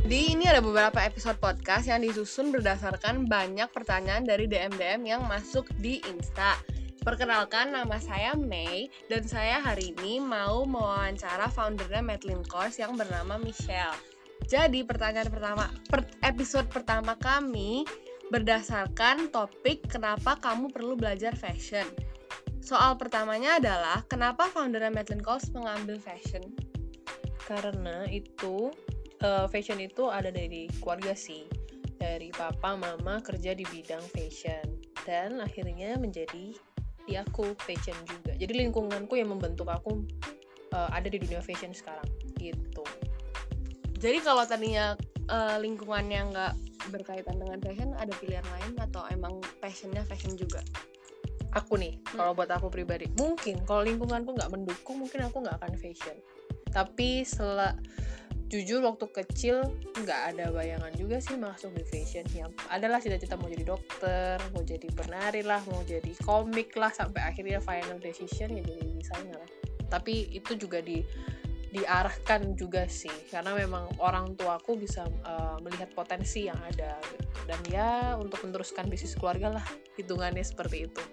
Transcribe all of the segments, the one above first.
Di ini ada beberapa episode podcast yang disusun berdasarkan banyak pertanyaan dari DM-DM yang masuk di Insta. Perkenalkan, nama saya Mei dan saya hari ini mau mewawancara foundernya Madeline Course yang bernama Michelle. Jadi episode pertama kami berdasarkan topik kenapa kamu perlu belajar fashion. Soal pertamanya adalah kenapa foundernya Madeline Course mengambil fashion? Karena itu fashion itu ada dari keluarga sih, dari papa mama kerja di bidang fashion dan akhirnya menjadi di aku fashion juga. Jadi lingkunganku yang membentuk aku ada di dunia fashion sekarang gitu. Jadi kalau tadinya lingkungannya nggak berkaitan dengan fashion, ada pilihan lain atau emang passionnya fashion juga? Aku nih, kalau buat aku pribadi, mungkin kalau lingkunganku nggak mendukung, mungkin aku nggak akan fashion. Tapi jujur waktu kecil nggak ada bayangan juga sih masuk di fashion. Ya adalah cita-cita mau jadi dokter, mau jadi penari lah, mau jadi komik lah, sampai akhirnya final decision ya jadi desainer lah. Tapi itu juga diarahkan juga sih, karena memang orang tuaku bisa melihat potensi yang ada gitu. Dan ya untuk meneruskan bisnis keluarga lah, hitungannya seperti itu.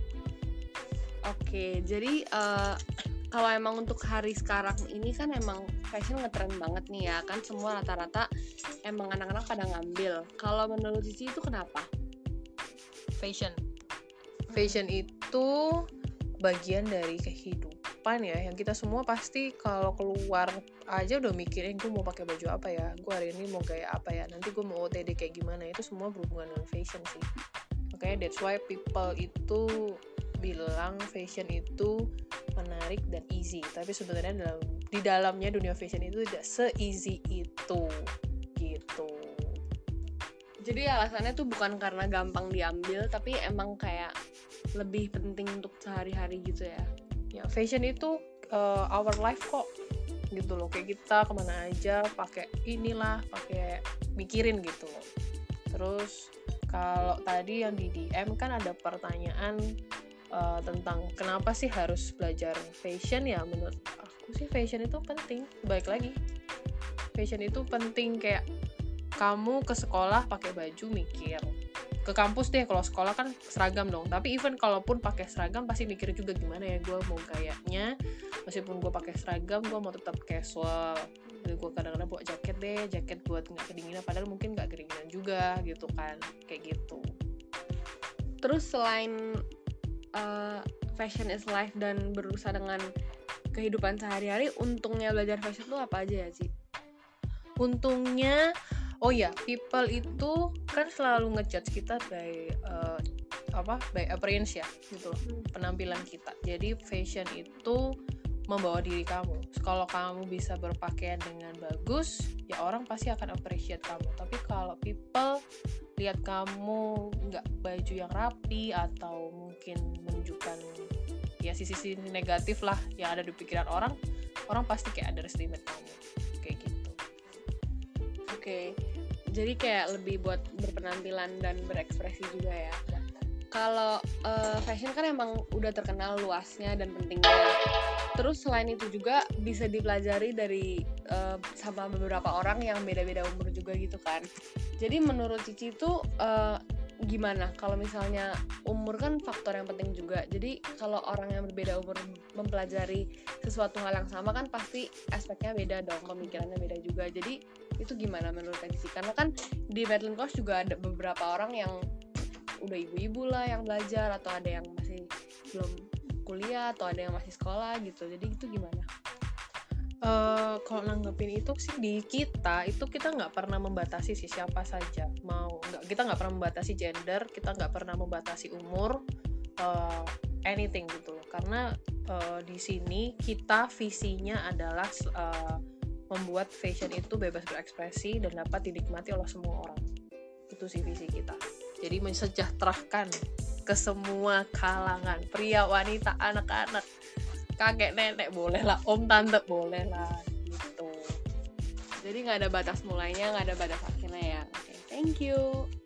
Oke, jadi kalau emang untuk hari sekarang ini kan emang fashion ngetren banget nih ya, kan semua rata-rata emang anak-anak pada ngambil. Kalau menurut Cici itu kenapa? Fashion itu bagian dari kehidupan ya, yang kita semua pasti kalau keluar aja udah mikirin gue mau pakai baju apa ya, gue hari ini mau gaya apa ya, nanti gue mau OTD kayak gimana. Itu semua berhubungan dengan fashion sih. Makanya that's why people itu bilang fashion itu menarik dan easy, tapi sebenarnya di dalamnya dunia fashion itu tidak se-easy itu gitu. Jadi alasannya tuh bukan karena gampang diambil, tapi emang kayak lebih penting untuk sehari-hari gitu ya. Ya fashion itu our life kok gitu loh, kayak kita kemana aja pakai inilah, pakai mikirin gitu loh. Terus kalau tadi yang di DM kan ada pertanyaan tentang kenapa sih harus belajar fashion. Ya menurut aku sih fashion itu penting. Baik lagi, fashion itu penting, kayak kamu ke sekolah pakai baju mikir, ke kampus deh, kalau sekolah kan seragam dong, tapi even kalaupun pakai seragam pasti mikir juga gimana ya gue mau gayanya, meskipun gue pakai seragam gue mau tetap casual. Jadi gue kadang-kadang bawa jaket buat nggak kedinginan, padahal mungkin nggak kedinginan juga gitu kan, kayak gitu. Terus selain fashion is life dan berusaha dengan kehidupan sehari-hari, untungnya belajar fashion tuh apa aja ya Ci? Untungnya, people itu kan selalu ngejudge kita by appearance ya gitu, penampilan kita. Jadi fashion itu membawa diri kamu. Kalau kamu bisa berpakaian dengan bagus, ya orang pasti akan appreciate kamu. Tapi kalau people lihat kamu nggak baju yang rapi atau mungkin menunjukkan ya sisi-sisi negatif lah yang ada di pikiran orang pasti kayak underestimate kamu kayak gitu. Oke, jadi kayak lebih buat berpenampilan dan berekspresi juga ya. Kalau fashion kan emang udah terkenal luasnya dan pentingnya. Terus selain itu juga bisa dipelajari dari sama beberapa orang yang beda-beda umur juga gitu kan. Jadi menurut Cici itu gimana kalau misalnya umur kan faktor yang penting juga. Jadi kalau orang yang berbeda umur mempelajari sesuatu hal yang sama kan pasti aspeknya beda dong, pemikirannya beda juga. Jadi itu gimana menurut Cici? Karena kan di Madeline Course juga ada beberapa orang yang udah ibu-ibu lah yang belajar, atau ada yang masih belum kuliah, atau ada yang masih sekolah gitu. Jadi itu gimana? Kalau nanggepin itu sih, di kita nggak pernah membatasi sih siapa saja kita nggak pernah membatasi gender, kita nggak pernah membatasi umur, anything gitu loh. Karena di sini kita visinya adalah membuat fashion itu bebas berekspresi dan dapat dinikmati oleh semua orang. Itu sih visi kita. Jadi mensejahterakan ke semua kalangan, pria, wanita, anak-anak, kakek, nenek boleh lah, om, tante boleh lah gitu. Jadi nggak ada batas mulainya, nggak ada batas akhirnya ya. Oke, thank you.